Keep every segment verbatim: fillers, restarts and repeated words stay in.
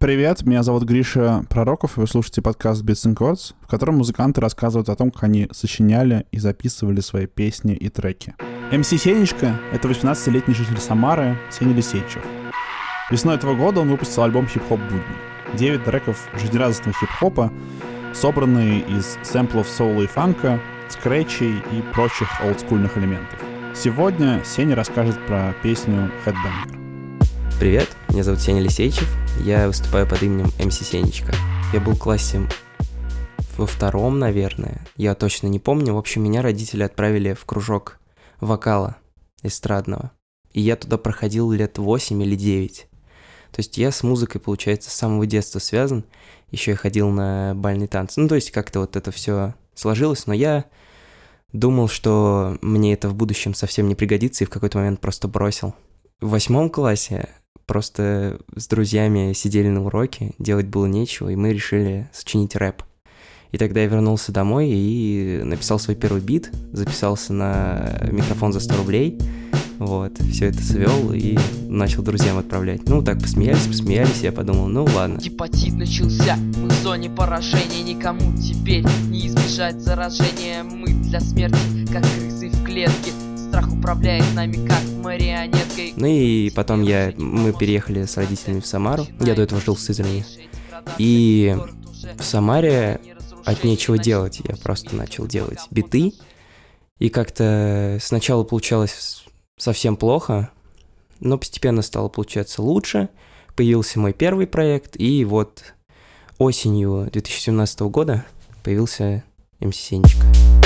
Привет, меня зовут Гриша Пророков, и вы слушаете подкаст Beats and Chords, в котором музыканты рассказывают о том, как они сочиняли и записывали свои песни и треки. эм си Сенечка — это восемнадцатилетний житель Самары Сеня Лисейчев. Весной этого года он выпустил альбом «Хип-хоп будни». Девять треков жизнерадостного хип-хопа, собранные из сэмплов соула и фанка, скретчей и прочих олдскульных элементов. Сегодня Сеня расскажет про песню «Headbanger». Привет, меня зовут Сеня Лисейчев, я выступаю под именем эм си Сенечка. Я был в классе во втором, наверное, я точно не помню. В общем, меня родители отправили в кружок вокала эстрадного, и я туда проходил лет восемь или девять. То есть я с музыкой, получается, с самого детства связан, еще я ходил на бальные танцы. Ну, то есть как-то вот это все сложилось, но я думал, что мне это в будущем совсем не пригодится, и в какой-то момент просто бросил. В восьмом классе просто с друзьями сидели на уроке, делать было нечего, и мы решили сочинить рэп. И тогда я вернулся домой и написал свой первый бит, записался на микрофон за сто рублей, вот, все это свел и начал друзьям отправлять. Ну, так посмеялись, посмеялись, я подумал, ну ладно. Гепатит начался, мы в зоне поражения, никому теперь не избежать заражения. Мы для смерти, как крысы в клетке. Страх управляет нами как марионеткой. Ну и потом я, мы переехали с родителями в Самару. Я до этого жил в Сызрани. И в Самаре от нечего делать. Я просто начал делать биты. И как-то сначала получалось совсем плохо, но постепенно стало получаться лучше. Появился мой первый проект. И вот осенью две тысячи семнадцатого года появился эм си Сенечка.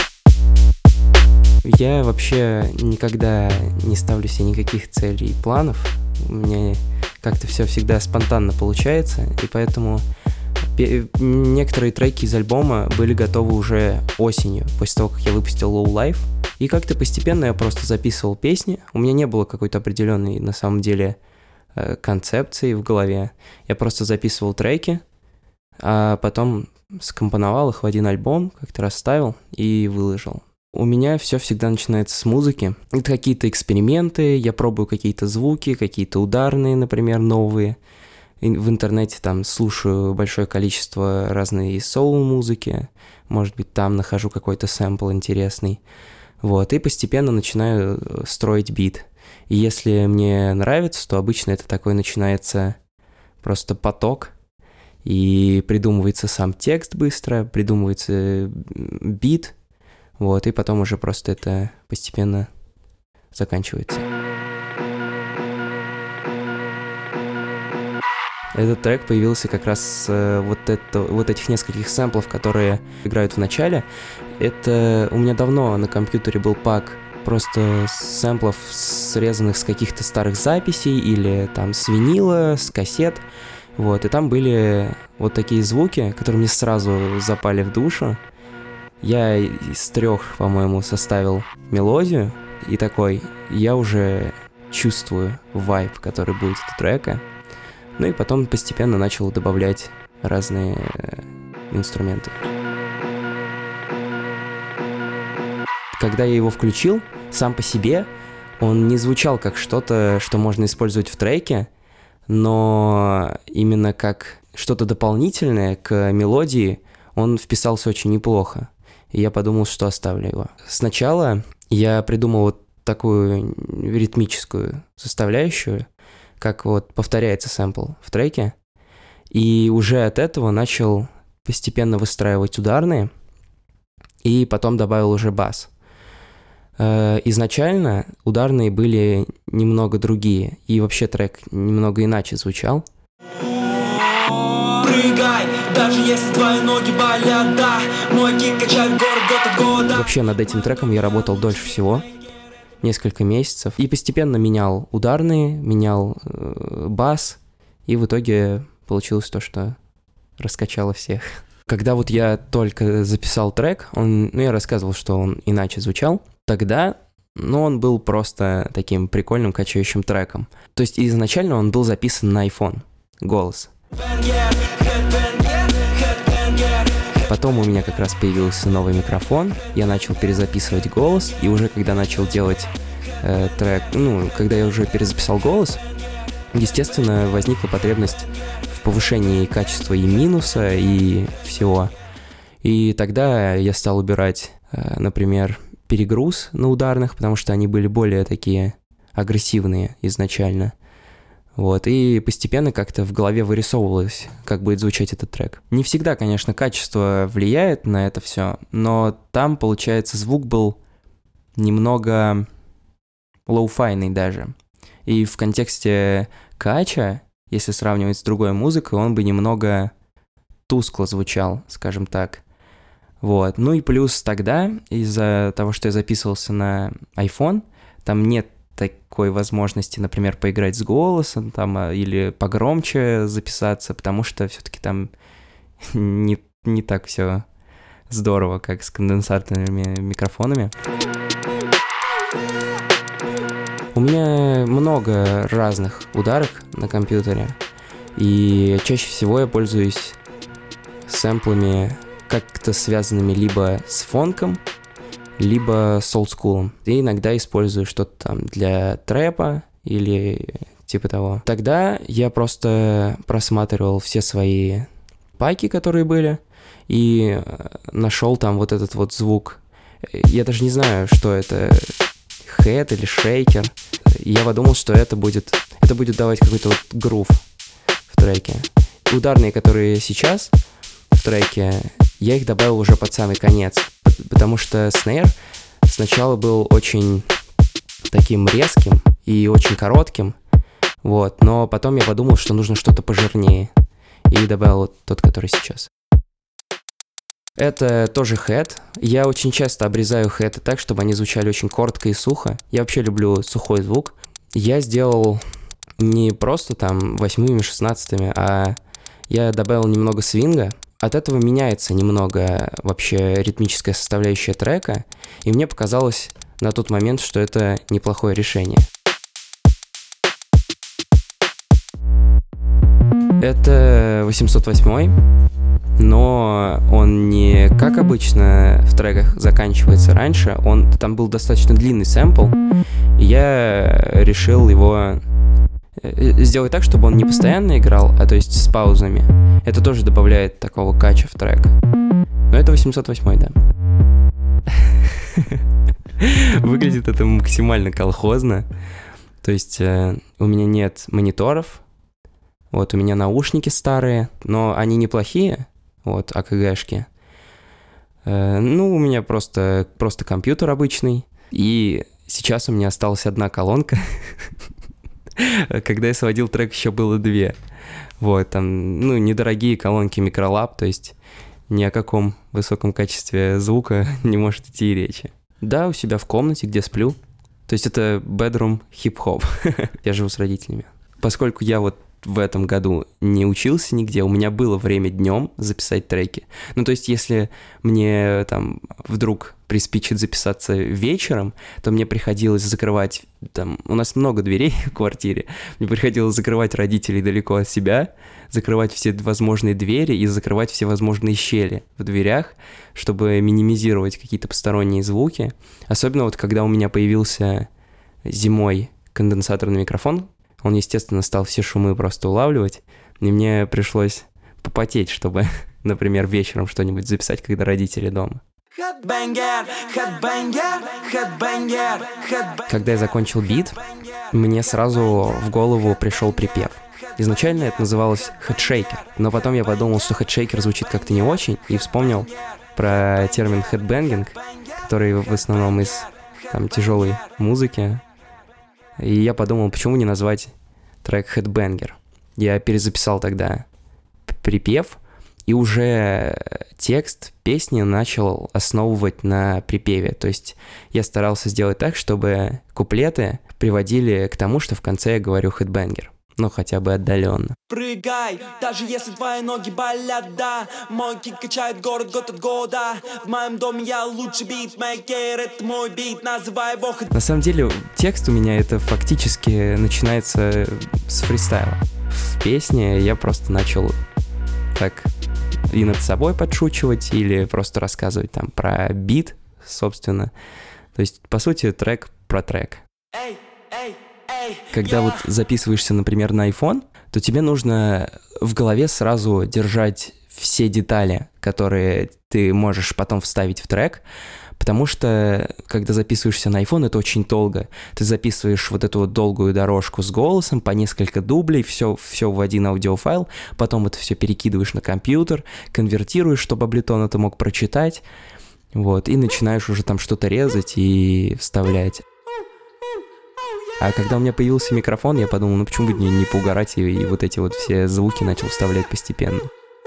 Я вообще никогда не ставлю себе никаких целей и планов. У меня как-то все всегда спонтанно получается, и поэтому некоторые треки из альбома были готовы уже осенью, после того, как я выпустил Low Life. И как-то постепенно я просто записывал песни. У меня не было какой-то определенной, на самом деле, концепции в голове. Я просто записывал треки, а потом скомпоновал их в один альбом, как-то расставил и выложил. У меня все всегда начинается с музыки. Это какие-то эксперименты, я пробую какие-то звуки, какие-то ударные, например, новые. И в интернете там слушаю большое количество разной соул-музыки. Может быть, там нахожу какой-то сэмпл интересный. Вот, и постепенно начинаю строить бит. И если мне нравится, то обычно это такой начинается просто поток. И придумывается сам текст быстро, придумывается бит. Вот, и потом уже просто это постепенно заканчивается. Этот трек появился как раз с э, вот, это, вот этих нескольких сэмплов, которые играют в начале. Это у меня давно на компьютере был пак просто сэмплов, срезанных с каких-то старых записей или там с винила, с кассет. Вот, и там были вот такие звуки, которые мне сразу запали в душу. Я из трех, по-моему, составил мелодию, и такой, я уже чувствую вайб, который будет у трека. Ну и потом постепенно начал добавлять разные инструменты. Когда я его включил, сам по себе, он не звучал как что-то, что можно использовать в треке, но именно как что-то дополнительное к мелодии он вписался очень неплохо. И я подумал, что оставлю его. Сначала я придумал вот такую ритмическую составляющую, как вот повторяется сэмпл в треке, и уже от этого начал постепенно выстраивать ударные, и потом добавил уже бас. Изначально ударные были немного другие, и вообще трек немного иначе звучал. Прыгай, даже если твои ноги болят, да, мой кик качает город год от года. Вообще над этим треком я работал дольше всего, несколько месяцев, и постепенно менял ударные, менял э, бас, и в итоге получилось то, что раскачало всех. Когда вот я только записал трек, он, ну я рассказывал, что он иначе звучал, тогда, ну он был просто таким прикольным качающим треком. То есть изначально он был записан на iPhone, голос. Потом у меня как раз появился новый микрофон, я начал перезаписывать голос, и уже когда начал делать э, трек, ну, когда я уже перезаписал голос, естественно, возникла потребность в повышении качества и минуса, и всего. И тогда я стал убирать, например, перегруз на ударных, потому что они были более такие агрессивные изначально. Вот, и постепенно как-то в голове вырисовывалось, как будет звучать этот трек. Не всегда, конечно, качество влияет на это все, но там, получается, звук был немного лоу-файный даже. И в контексте кача, если сравнивать с другой музыкой, он бы немного тускло звучал, скажем так. Вот. Ну и плюс тогда, из-за того, что я записывался на iPhone, там нет такой возможности, например, поиграть с голосом там, или погромче записаться, потому что все-таки там не, не так все здорово, как с конденсаторными микрофонами. У меня много разных ударок на компьютере, и чаще всего я пользуюсь сэмплами, как-то связанными либо с фонком, либо с олдскулом. И иногда использую что-то там для трэпа или типа того. Тогда я просто просматривал все свои паки, которые были, и нашел там вот этот вот звук. Я даже не знаю, что это, хэт или шейкер. Я подумал, что это будет, это будет давать какой-то вот грув в треке. Ударные, которые сейчас в треке, я их добавил уже под самый конец, потому что снейр сначала был очень таким резким и очень коротким, вот, но потом я подумал, что нужно что-то пожирнее, и добавил тот, который сейчас. Это тоже хэт. Я очень часто обрезаю хэты так, чтобы они звучали очень коротко и сухо. Я вообще люблю сухой звук. Я сделал не просто там восьмыми, шестнадцатыми, а я добавил немного свинга. От этого меняется немного вообще ритмическая составляющая трека, и мне показалось на тот момент, что это неплохое решение. Это восемьсот восемь, но он не как обычно в треках заканчивается раньше, он, там был достаточно длинный сэмпл, и я решил его сделать так, чтобы он не постоянно играл, а то есть с паузами. Это тоже добавляет такого кача в трек. Но это восемьсот восемь, да. Выглядит это максимально колхозно. То есть э, у меня нет мониторов. Вот, у меня наушники старые, но они неплохие. Вот, АКГшки. Э, ну, у меня просто, просто компьютер обычный. И сейчас у меня осталась одна колонка. Когда я сводил трек, еще было две. Вот, там, ну, недорогие колонки микролаб, то есть ни о каком высоком качестве звука не может идти и речи. Да, у себя в комнате, где сплю. То есть это bedroom хип-хоп. Я живу с родителями. Поскольку я вот в этом году не учился нигде, у меня было время днем записать треки. Ну, то есть, если мне там вдруг приспичит записаться вечером, то мне приходилось закрывать, там, у нас много дверей в квартире, мне приходилось закрывать родителей далеко от себя, закрывать все возможные двери и закрывать все возможные щели в дверях, чтобы минимизировать какие-то посторонние звуки. Особенно вот когда у меня появился зимой конденсаторный микрофон, он, естественно, стал все шумы просто улавливать, и мне пришлось попотеть, чтобы, например, вечером что-нибудь записать, когда родители дома. Когда я закончил бит, мне сразу в голову пришел припев. Изначально это называлось хедшейкер, но потом я подумал, что хедшейкер звучит как-то не очень, и вспомнил про термин хедбэнгинг, который в основном из там, тяжелой музыки. И я подумал, почему не назвать трек Headbanger. Я перезаписал тогда припев, и уже текст песни начал основывать на припеве. То есть я старался сделать так, чтобы куплеты приводили к тому, что в конце я говорю Headbanger. Ну, хотя бы отдаленно. Прыгай, даже если твои ноги болят, да. Мой кик качает город год от года. В моем доме я лучший битмейкер, это мой бит, называй его. На самом деле, текст у меня это фактически начинается с фристайла. В песне я просто начал так и над собой подшучивать, или просто рассказывать там про бит, собственно. То есть, по сути, трек про трек. Эй, эй. Когда вот записываешься, например, на iPhone, то тебе нужно в голове сразу держать все детали, которые ты можешь потом вставить в трек, потому что, когда записываешься на iPhone, это очень долго. Ты записываешь вот эту вот долгую дорожку с голосом по несколько дублей, все, все в один аудиофайл, потом это все перекидываешь на компьютер, конвертируешь, чтобы Ableton это мог прочитать, вот, и начинаешь уже там что-то резать и вставлять. А когда у меня появился микрофон, я подумал, ну почему бы не, не поугарать, и, и вот эти вот все звуки начал вставлять постепенно.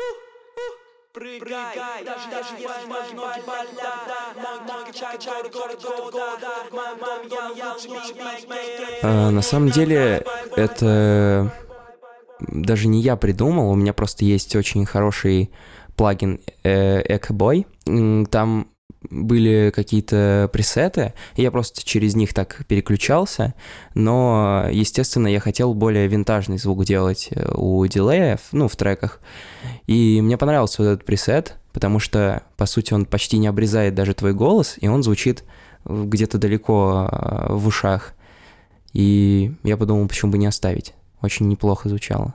А, на самом деле, это даже не я придумал, у меня просто есть очень хороший плагин э, EchoBoy. Там были какие-то пресеты, и я просто через них так переключался, но, естественно, я хотел более винтажный звук делать у дилеев, ну, в треках, и мне понравился вот этот пресет, потому что, по сути, он почти не обрезает даже твой голос, и он звучит где-то далеко в ушах, и я подумал, почему бы не оставить, очень неплохо звучало.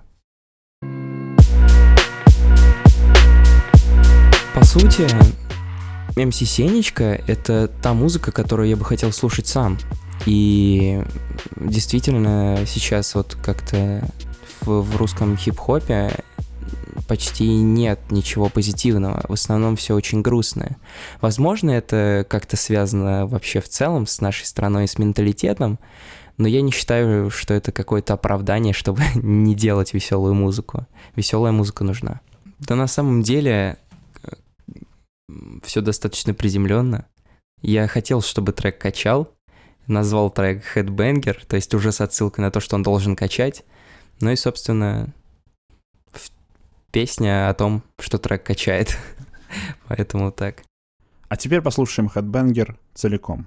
По сути, эм си Сенечка — это та музыка, которую я бы хотел слушать сам. И действительно сейчас вот как-то в, в русском хип-хопе почти нет ничего позитивного. В основном все очень грустное. Возможно, это как-то связано вообще в целом с нашей страной, с менталитетом, но я не считаю, что это какое-то оправдание, чтобы не делать веселую музыку. Веселая музыка нужна. Да на самом деле все достаточно приземленно. Я хотел, чтобы трек качал, назвал трек Headbanger, то есть уже с отсылкой на то, что он должен качать. Ну и, собственно, песня о том, что трек качает. Поэтому так. А теперь послушаем Headbanger целиком.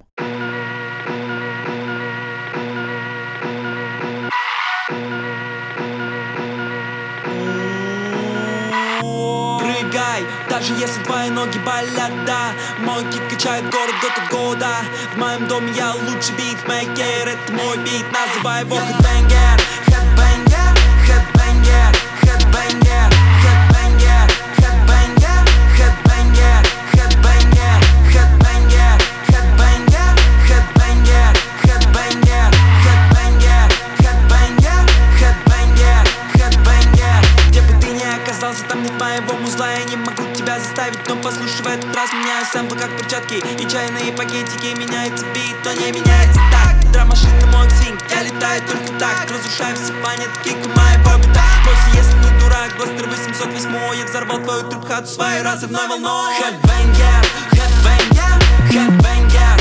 Даже если твои ноги болят, да. Мой кит качает город год от года. В моем доме я лучший битмейкер. Это мой бит, называй его Headbanger. Headbanger, Headbanger, Headbanger, Headbanger, Headbanger, Headbanger, Headbanger, Headbanger, Headbanger, Headbanger, Headbanger, Headbanger, Headbanger, Headbanger, Headbanger. Где бы ты ни оказался, там нет моего музла. Я не могу тебя заставить, но послушай, в этот раз меняю сэмплы как перчатки. И чайные пакетики, меняется бит, но не меняется так. Драм-машина мой свинг, я летаю только так. Разрушаю все планеты, кик моего бита. Бойся, если не дурак, Бластер восемьсот восемь. Я взорвал твою труб-хату своей разрывной волной. Headbanger, Headbanger, Headbanger.